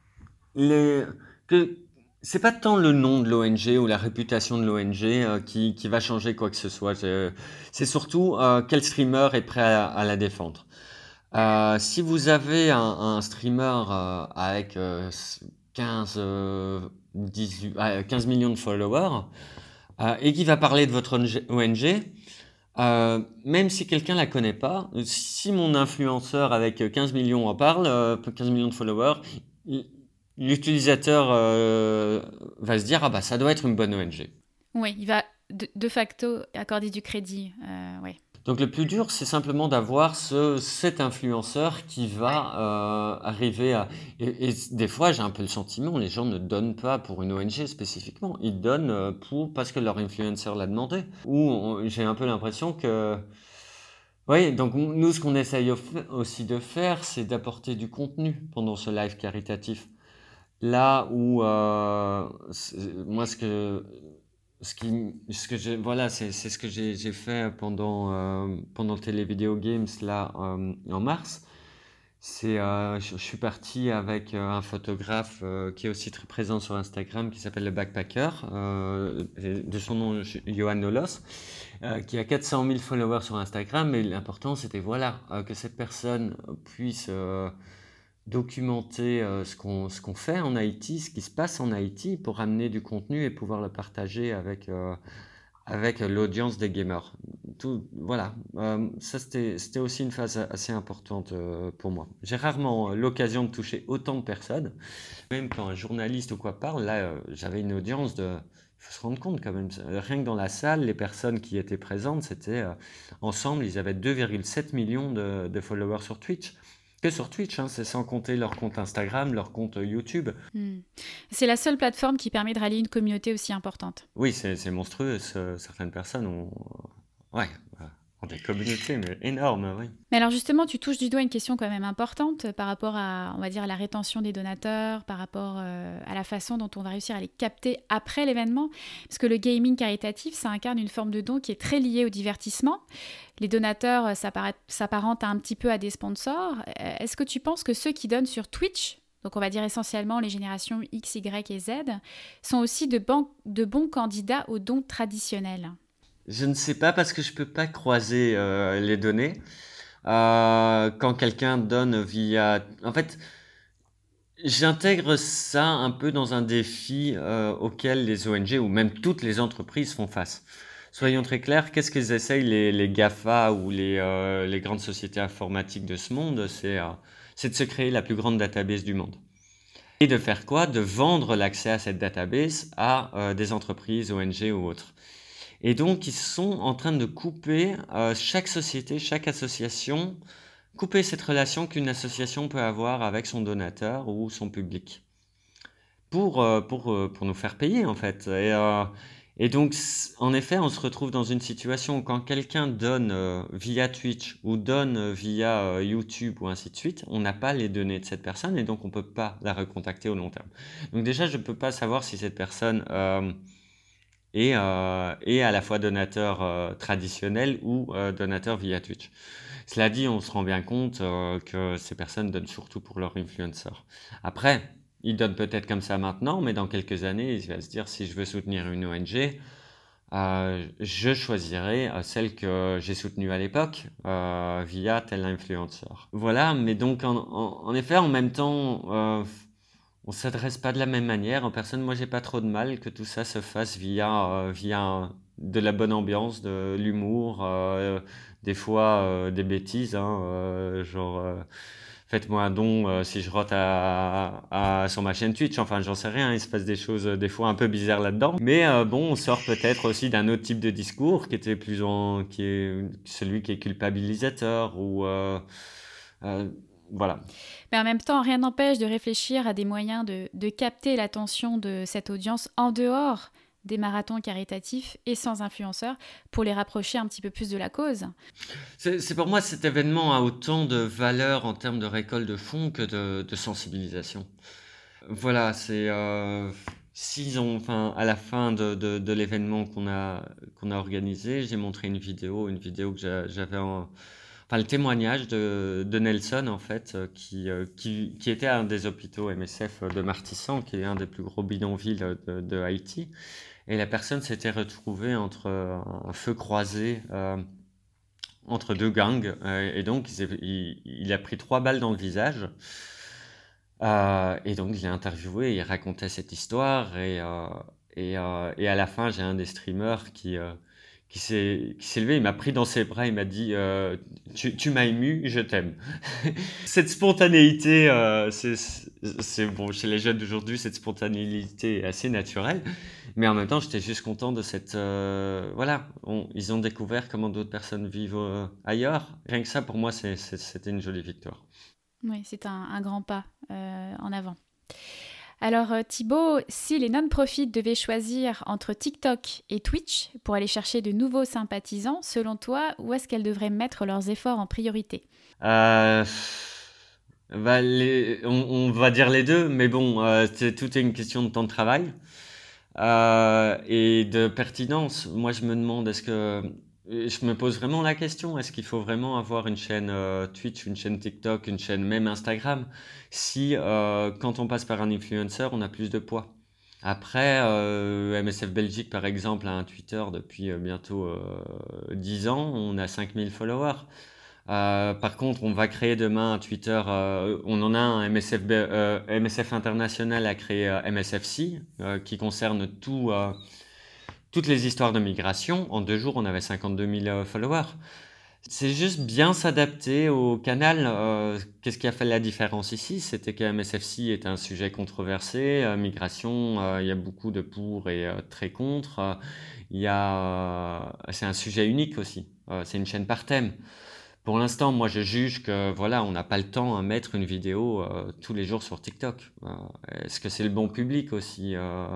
les, que, c'est pas tant le nom de l'O N G ou la réputation de l'O N G euh, qui, qui va changer quoi que ce soit. C'est, c'est surtout euh, quel streamer est prêt à, à la défendre. Euh, si vous avez un, un streamer euh, avec euh, quinze, euh, dix-huit, euh, quinze millions de followers euh, et qui va parler de votre O N G, euh, même si quelqu'un la connaît pas, si mon influenceur avec quinze millions en parle, euh, quinze millions de followers, il- l'utilisateur euh, va se dire ah bah ça doit être une bonne O N G. oui, il va de, de facto accorder du crédit. Euh, ouais. Donc le plus dur, c'est simplement d'avoir ce, cet influenceur qui va euh, arriver à... Et, et des fois, j'ai un peu le sentiment, les gens ne donnent pas pour une O N G spécifiquement, ils donnent euh, pour, parce que leur influenceur l'a demandé. Ou on- j'ai un peu l'impression que... Oui, donc nous, ce qu'on essaye au- aussi de faire, c'est d'apporter du contenu pendant ce live caritatif. Là où, euh, c'est- moi, ce que ce qui, ce que j'ai, voilà, c'est, c'est ce que j'ai, j'ai fait pendant, euh, pendant Télévideo Games là euh, en mars. C'est, euh, je, je suis parti avec euh, un photographe euh, qui est aussi très présent sur Instagram, qui s'appelle le Backpacker, euh, de son nom Johan Nolos, euh, qui a quatre cent mille followers sur Instagram. Mais l'important, c'était voilà, euh, que cette personne puisse euh, documenter euh, ce qu'on, ce qu'on fait en Haïti, ce qui se passe en Haïti, pour amener du contenu et pouvoir le partager avec, euh, avec l'audience des gamers. Tout, voilà, euh, ça c'était, c'était aussi une phase assez importante euh, pour moi. J'ai rarement euh, l'occasion de toucher autant de personnes, même quand un journaliste ou quoi parle, là euh, j'avais une audience de... Il faut se rendre compte quand même, rien que dans la salle, les personnes qui étaient présentes, c'était euh, ensemble, ils avaient deux virgule sept millions de, de followers sur Twitch. Que sur Twitch, hein, c'est sans compter leur compte Instagram, leur compte YouTube. Hmm. C'est la seule plateforme qui permet de rallier une communauté aussi importante. Oui, c'est, c'est monstrueux. Ce- certaines personnes ont, ouais, ont des communautés mais énormes, oui. Mais alors justement, tu touches du doigt une question quand même importante par rapport à, on va dire, à la rétention des donateurs, par rapport euh, à la façon dont on va réussir à les capter après l'événement. Parce que le gaming caritatif, ça incarne une forme de don qui est très liée au divertissement. Les donateurs euh, s'appara- s'apparentent un petit peu à des sponsors. Euh, Est-ce que tu penses que ceux qui donnent sur Twitch, donc on va dire essentiellement les générations X, Y et Z, sont aussi de, ban- de bons candidats aux dons traditionnels ? Je ne sais pas parce que je peux pas croiser euh, les données. Euh, quand quelqu'un donne via... En fait, j'intègre ça un peu dans un défi euh, auquel les O N G ou même toutes les entreprises font face. Soyons très clairs, qu'est-ce qu'ils essayent les, les GAFA ou les, euh, les grandes sociétés informatiques de ce monde? C'est euh, c'est de se créer la plus grande database du monde. Et de faire quoi? De vendre l'accès à cette database à euh, des entreprises, O N G ou autres. Et donc, ils sont en train de couper euh, chaque société, chaque association, couper cette relation qu'une association peut avoir avec son donateur ou son public pour, euh, pour, euh, pour nous faire payer, en fait. Et, euh, et donc, c- en effet, on se retrouve dans une situation où quand quelqu'un donne euh, via Twitch ou donne euh, via euh, YouTube ou ainsi de suite, on n'a pas les données de cette personne et donc on ne peut pas la recontacter au long terme. Donc déjà, je ne peux pas savoir si cette personne... euh, et, euh, et à la fois donateur euh, traditionnel ou euh, donateur via Twitch. Cela dit, on se rend bien compte euh, que ces personnes donnent surtout pour leurs influenceurs. Après, ils donnent peut-être comme ça maintenant, mais dans quelques années, ils vont se dire, si je veux soutenir une O N G, euh, je choisirai euh, celle que j'ai soutenue à l'époque euh, via tel influenceur. Voilà, mais donc en, en, en effet, en même temps... Euh, on s'adresse pas de la même manière en personne. Moi, j'ai pas trop de mal que tout ça se fasse via, euh, via de la bonne ambiance, de l'humour, euh, des fois euh, des bêtises, hein, euh, genre euh, faites-moi un don euh, si je rote à, à, sur ma chaîne Twitch. Enfin, j'en sais rien, il se passe des choses euh, des fois un peu bizarres là-dedans. Mais euh, bon, on sort peut-être aussi d'un autre type de discours qui était plus en, qui est celui qui est culpabilisateur ou euh, euh, voilà. Mais en même temps, rien n'empêche de réfléchir à des moyens de, de capter l'attention de cette audience en dehors des marathons caritatifs et sans influenceurs pour les rapprocher un petit peu plus de la cause. C'est, c'est pour moi, cet événement a autant de valeur en termes de récolte de fonds que de, de sensibilisation. Voilà, c'est... Euh, s'ils ont, enfin, à la fin de, de, de l'événement qu'on a, qu'on a organisé, j'ai montré une vidéo, une vidéo que j'a, j'avais en... Enfin, le témoignage de, de Nelson, en fait, euh, qui, euh, qui, qui était à un des hôpitaux M S F de Martissan, qui est un des plus gros bidonvilles de, de Haïti. Et la personne s'était retrouvée entre euh, un feu croisé, euh, entre deux gangs. Euh, et donc, il, il, il a pris trois balles dans le visage. Euh, et donc, je l'ai interviewé, et il racontait cette histoire. Et, euh, et, euh, et à la fin, j'ai un des streamers qui... Euh, qui s'est, qui s'est levé, il m'a pris dans ses bras, il m'a dit euh, tu, tu m'as ému, je t'aime. Cette spontanéité, euh, c'est, c'est bon, chez les jeunes d'aujourd'hui, cette spontanéité est assez naturelle, mais en même temps, j'étais juste content de cette... Euh, voilà, on, ils ont découvert comment d'autres personnes vivent euh, ailleurs. Rien que ça, pour moi, c'est, c'est, c'était une jolie victoire. Oui, c'est un, un grand pas euh, en avant. Alors Thibaut, si les non-profits devaient choisir entre TikTok et Twitch pour aller chercher de nouveaux sympathisants, selon toi, où est-ce qu'elles devraient mettre leurs efforts en priorité ? euh, bah, les, on, on va dire les deux, mais bon, euh, c'est, tout est une question de temps de travail euh, et de pertinence. Moi, je me demande, est-ce que Et je me pose vraiment la question, est-ce qu'il faut vraiment avoir une chaîne euh, Twitch, une chaîne TikTok, une chaîne même Instagram, si euh, quand on passe par un influenceur, on a plus de poids? Après, euh, M S F Belgique, par exemple, a un Twitter depuis euh, bientôt euh, dix ans, on a cinq mille followers. Euh, par contre, on va créer demain un Twitter, euh, on en a un M S F, B- euh, M S F International a créé euh, M S F C, euh, qui concerne tout, euh, toutes les histoires de migration. En deux jours, on avait cinquante-deux mille euh, followers. C'est juste bien s'adapter au canal. Euh, qu'est-ce qui a fait la différence ici? C'était que M S F C est un sujet controversé. Euh, migration, euh, il y a beaucoup de pour et euh, très contre. Euh, il y a, euh, c'est un sujet unique aussi. Euh, c'est une chaîne par thème. Pour l'instant, moi, je juge que voilà, on n'a pas le temps à mettre une vidéo euh, tous les jours sur TikTok. Euh, est-ce que c'est le bon public aussi? euh,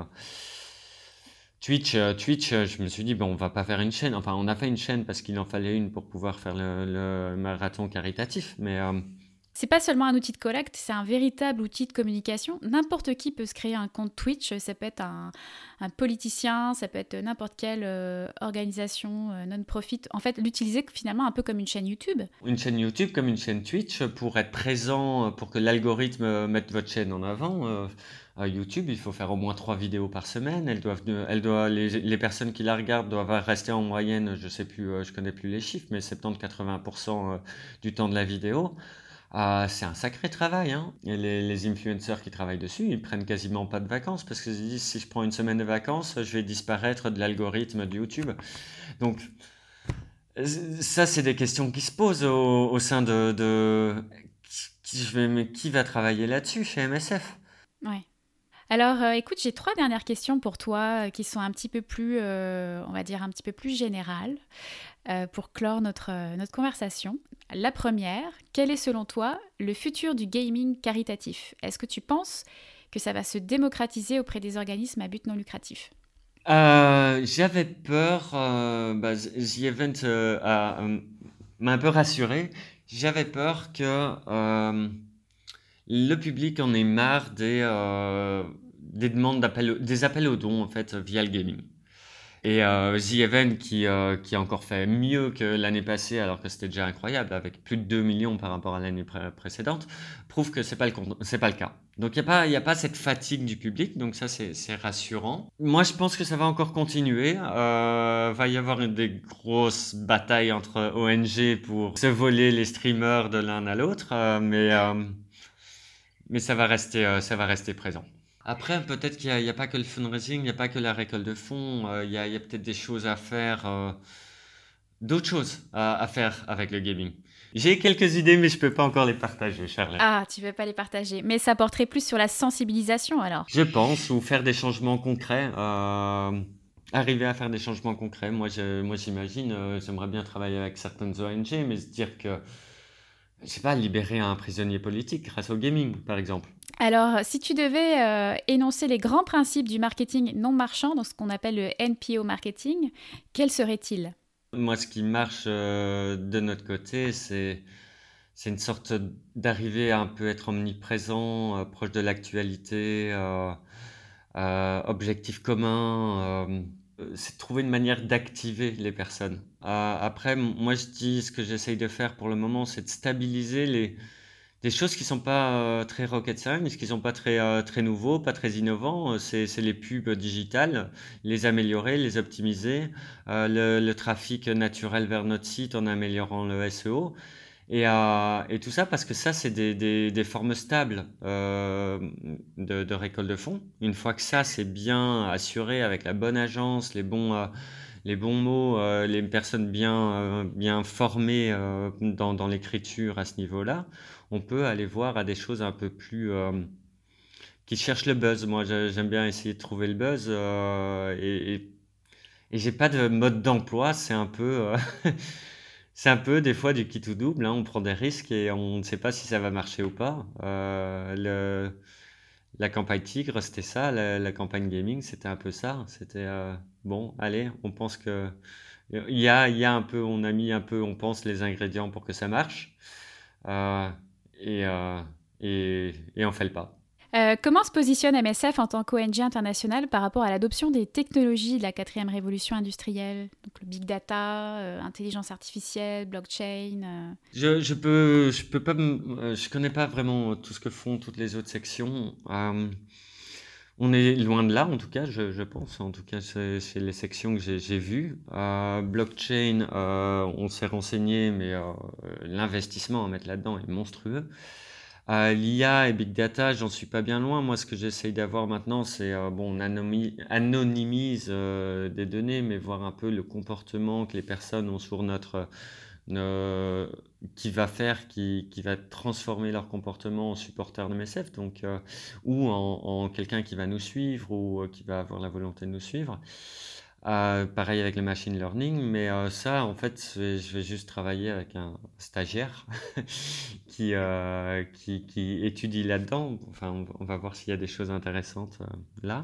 Twitch, euh, Twitch, euh, je me suis dit, bon, on va pas faire une chaîne. Enfin, on a fait une chaîne parce qu'il en fallait une pour pouvoir faire le, le marathon caritatif. Mais euh, C'est pas seulement un outil de collecte, c'est un véritable outil de communication. N'importe qui peut se créer un compte Twitch. Ça peut être un, un politicien, ça peut être n'importe quelle euh, organisation euh, non-profit. En fait, l'utiliser finalement un peu comme une chaîne YouTube. une chaîne YouTube comme une chaîne Twitch pour être présent, euh, pour que l'algorithme euh, mette votre chaîne en avant. Euh, à YouTube, il faut faire au moins trois vidéos par semaine. Elles doivent, elles doivent, les, les personnes qui la regardent doivent rester en moyenne, je sais plus, euh, je connais plus les chiffres, mais soixante-dix à quatre-vingts pour cent euh, du temps de la vidéo. Euh, c'est un sacré travail, hein. Et les, les influenceurs qui travaillent dessus, ils prennent quasiment pas de vacances parce qu'ils se disent si je prends une semaine de vacances, je vais disparaître de l'algorithme de YouTube. Donc euh, ça, c'est des questions qui se posent au, au sein de, de qui, je vais, mais qui va travailler là-dessus chez M S F? Ouais. Alors, euh, écoute, j'ai trois dernières questions pour toi euh, qui sont un petit peu plus, euh, on va dire, un petit peu plus générales euh, pour clore notre, euh, notre conversation. La première, quel est selon toi le futur du gaming caritatif? Est-ce que tu penses que ça va se démocratiser auprès des organismes à but non lucratif? Euh, j'avais peur, euh, bah, The Event euh, a, euh, m'a un peu rassuré. J'avais peur que euh, le public en ait marre des, euh, des demandes d'appel, des appels aux dons en fait via le gaming. Et euh, The Event qui, euh, qui a encore fait mieux que l'année passée, alors que c'était déjà incroyable, avec plus de deux millions par rapport à l'année pré- précédente, prouve que c'est pas le, con- c'est pas le cas. Donc il n'y a, pas- y a pas cette fatigue du public, donc ça c'est c'est rassurant. Moi je pense que ça va encore continuer. Euh, va y avoir une, des grosses batailles entre O N G pour se voler les streamers de l'un à l'autre, euh, mais, euh, mais ça va rester, euh, ça va rester présent. Après, peut-être qu'il n'y a, il y a pas que le fundraising, il n'y a pas que la récolte de fonds, euh, il y a, il y a peut-être des choses à faire, euh, d'autres choses à, à faire avec le gaming. J'ai quelques idées, mais je peux pas encore les partager, Charlotte. Ah, tu veux pas les partager, mais ça porterait plus sur la sensibilisation alors. Je pense, ou faire des changements concrets, euh, arriver à faire des changements concrets. Moi, je, moi j'imagine, euh, j'aimerais bien travailler avec certaines O N G, mais se dire que, je sais pas, libérer un prisonnier politique grâce au gaming, par exemple. Alors, si tu devais euh, énoncer les grands principes du marketing non marchand, dans ce qu'on appelle le N P O marketing, quels seraient-ils? Moi, ce qui marche euh, de notre côté, c'est c'est une sorte d'arriver à un peu être omniprésent, euh, proche de l'actualité, euh, euh, objectif commun. Euh, euh, c'est de trouver une manière d'activer les personnes. Euh, après, m- moi, je dis ce que j'essaye de faire pour le moment, c'est de stabiliser les des choses qui sont pas euh, très rocket science, qui sont pas très euh, très nouveaux, pas très innovants. Euh, C'est c'est les pubs digitales, les améliorer, les optimiser, euh, le, le trafic naturel vers notre site en améliorant le S E O. Et, euh, et tout ça parce que ça, c'est des, des, des formes stables euh, de, de récolte de fonds. Une fois que ça, c'est bien assuré avec la bonne agence, les bons, euh, les bons mots, euh, les personnes bien, euh, bien formées euh, dans, dans l'écriture à ce niveau-là, on peut aller voir à des choses un peu plus... euh, qui cherchent le buzz. Moi, j'ai- j'aime bien essayer de trouver le buzz euh, et, et, et j'ai pas de mode d'emploi. C'est un peu... euh, C'est un peu des fois du qui tout double, hein. On prend des risques et on ne sait pas si ça va marcher ou pas. Euh, le, la campagne Tigre, c'était ça. La, la campagne gaming, c'était un peu ça. C'était euh, bon, allez, on pense que il y a, il y a un peu, on a mis un peu, on pense les ingrédients pour que ça marche. Euh, et, euh, et, et on fait le pas. Euh, comment se positionne M S F en tant qu'O N G internationale par rapport à l'adoption des technologies de la quatrième révolution industrielle, donc le big data, euh, intelligence artificielle, blockchain euh... Je je peux je peux pas m- je connais pas vraiment tout ce que font toutes les autres sections. Euh, on est loin de là, en tout cas, je, je pense. En tout cas, c'est c'est les sections que j'ai j'ai vues. Euh, blockchain, euh, on s'est renseigné, mais euh, l'investissement à mettre là-dedans est monstrueux. Euh, L'I A et Big Data, j'en suis pas bien loin. Moi, ce que j'essaye d'avoir maintenant, c'est euh, bon, on anomi- anonymise euh, des données, mais voir un peu le comportement que les personnes ont sur notre, euh, qui va faire, qui, qui va transformer leur comportement en supporter de M S F, donc euh, ou en, en quelqu'un qui va nous suivre ou euh, qui va avoir la volonté de nous suivre. Euh, pareil avec le machine learning, mais euh, ça, en fait, c'est- je vais juste travailler avec un stagiaire qui, euh, qui, qui étudie là-dedans. Enfin, on, on va voir s'il y a des choses intéressantes euh, là.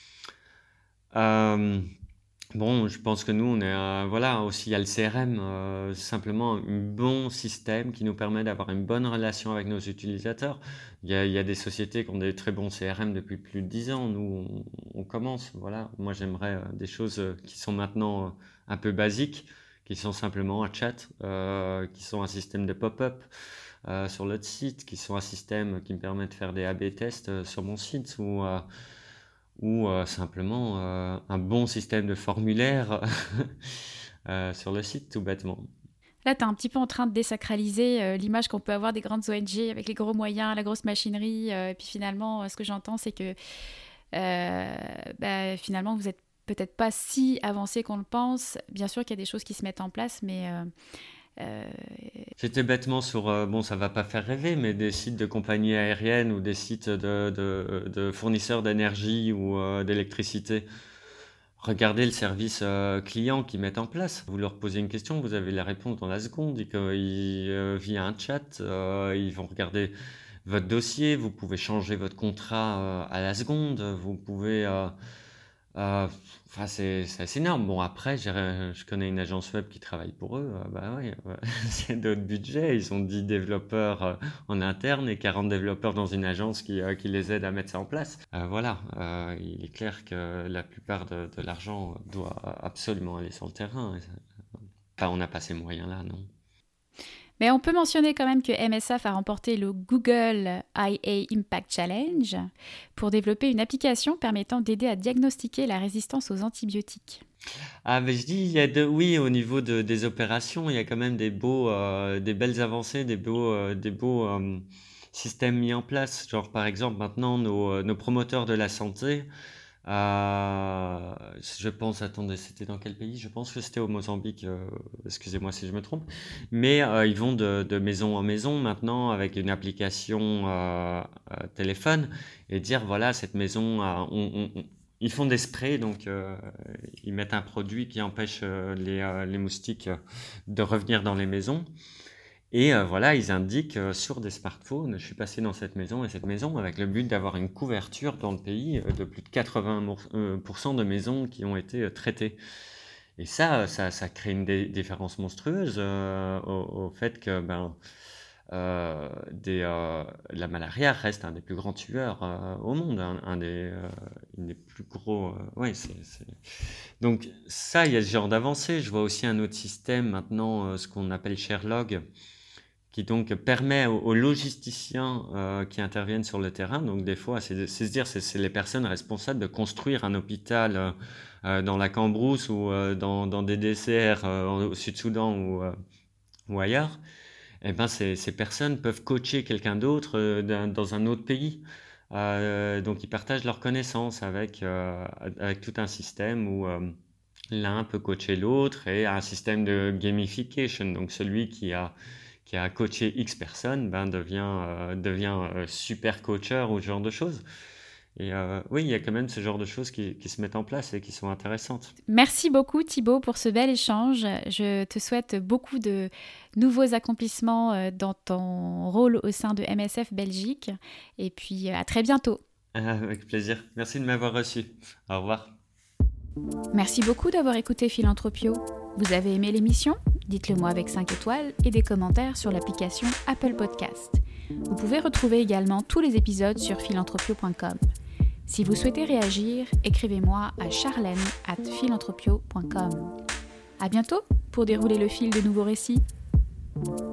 Euh, bon, je pense que nous, on est, euh, voilà, aussi il y a le C R M, euh, simplement un bon système qui nous permet d'avoir une bonne relation avec nos utilisateurs. Il y a, il y a des sociétés qui ont des très bons C R M depuis plus de dix ans. Nous, on, on commence, voilà. Moi, j'aimerais euh, des choses euh, qui sont maintenant euh, un peu basiques, qui sont simplement un chat, euh, qui sont un système de pop-up euh, sur notre site, qui sont un système qui me permet de faire des A B tests euh, sur mon site ou, euh, ou euh, simplement euh, un bon système de formulaire euh, sur le site, tout bêtement. Là, tu es un petit peu en train de désacraliser euh, l'image qu'on peut avoir des grandes O N G avec les gros moyens, la grosse machinerie. Euh, et puis finalement, euh, ce que j'entends, c'est que euh, bah, finalement, vous n'êtes peut-être pas si avancé qu'on le pense. Bien sûr qu'il y a des choses qui se mettent en place, mais... Euh, euh... J'étais bêtement sur, euh, bon, ça va pas faire rêver, mais des sites de compagnies aériennes ou des sites de, de, de fournisseurs d'énergie ou euh, d'électricité. Regardez le service euh, client qu'ils mettent en place. Vous leur posez une question, vous avez la réponse dans la seconde. Et que, ils, euh, via un chat, euh, ils vont regarder votre dossier. Vous pouvez changer votre contrat euh, à la seconde. Vous pouvez... Euh, euh, Enfin, c'est c'est assez énorme. Bon, après, j'ai- je connais une agence web qui travaille pour eux. Euh, bah oui, euh, c'est d'autres budgets. Ils ont dix développeurs euh, en interne et quarante développeurs dans une agence qui, euh, qui les aide à mettre ça en place. Euh, voilà, euh, il est clair que la plupart de, de l'argent doit absolument aller sur le terrain. Et ça- Enfin, on n'a pas ces moyens-là, non. Mais on peut mentionner quand même que M S F a remporté le Google I A Impact Challenge pour développer une application permettant d'aider à diagnostiquer la résistance aux antibiotiques. Ah, mais je dis, il y a de, oui, au niveau de, des opérations, il y a quand même des beaux, euh, des belles avancées, des beaux, euh, des beaux euh, systèmes mis en place. Genre, par exemple, maintenant, nos, euh, nos promoteurs de la santé, euh, je pense, attendez, c'était dans quel pays? Je pense que c'était au Mozambique, euh, excusez-moi si je me trompe. Mais euh, ils vont de, de maison en maison maintenant avec une application euh, euh, téléphone et dire, voilà, cette maison, a- on, on- on- ils font des sprays, donc euh, ils mettent un produit qui empêche euh, les, euh, les moustiques euh, de revenir dans les maisons. Et euh, voilà, ils indiquent euh, sur des smartphones, je suis passé dans cette maison et cette maison, avec le but d'avoir une couverture dans le pays euh, de plus de quatre-vingts pour cent de maisons qui ont été euh, traitées. Et ça, ça, ça crée une dé- différence monstrueuse euh, au, au fait que ben, euh, des, euh, la malaria reste un des plus grands tueurs euh, au monde, un, un des, euh, une des plus gros. Euh, ouais, c'est, c'est... Donc ça, il y a ce genre d'avancée. Je vois aussi un autre système maintenant, euh, ce qu'on appelle Sherlog, qui donc permet aux, aux logisticiens euh, qui interviennent sur le terrain, donc des fois, c'est, c'est se dire, c'est, c'est les personnes responsables de construire un hôpital euh, euh, dans la Cambrousse ou euh, dans, dans des déserts euh, au Sud-Soudan ou, euh, ou ailleurs. Eh ben, ces, ces personnes peuvent coacher quelqu'un d'autre euh, d'un- dans un autre pays. Euh, donc, ils partagent leurs connaissances avec, euh, avec tout un système où euh, l'un peut coacher l'autre et un système de gamification. Donc, celui qui a, qui a coaché X personnes ben, devient, euh, devient euh, super coacheur ou ce genre de choses. Et euh, oui, il y a quand même ce genre de choses qui, qui se mettent en place et qui sont intéressantes. Merci beaucoup Thibaut pour ce bel échange. Je te souhaite beaucoup de nouveaux accomplissements euh, dans ton rôle au sein de M S F Belgique. Et puis euh, à très bientôt. Ah, avec plaisir. Merci de m'avoir reçu. Au revoir. Merci beaucoup d'avoir écouté Philanthropio. Vous avez aimé l'émission? Dites-le moi avec cinq étoiles et des commentaires sur l'application Apple Podcast. Vous pouvez retrouver également tous les épisodes sur philanthropio point com. Si vous souhaitez réagir, écrivez-moi à charlène arobase philanthropio point com. À bientôt pour dérouler le fil de nouveaux récits.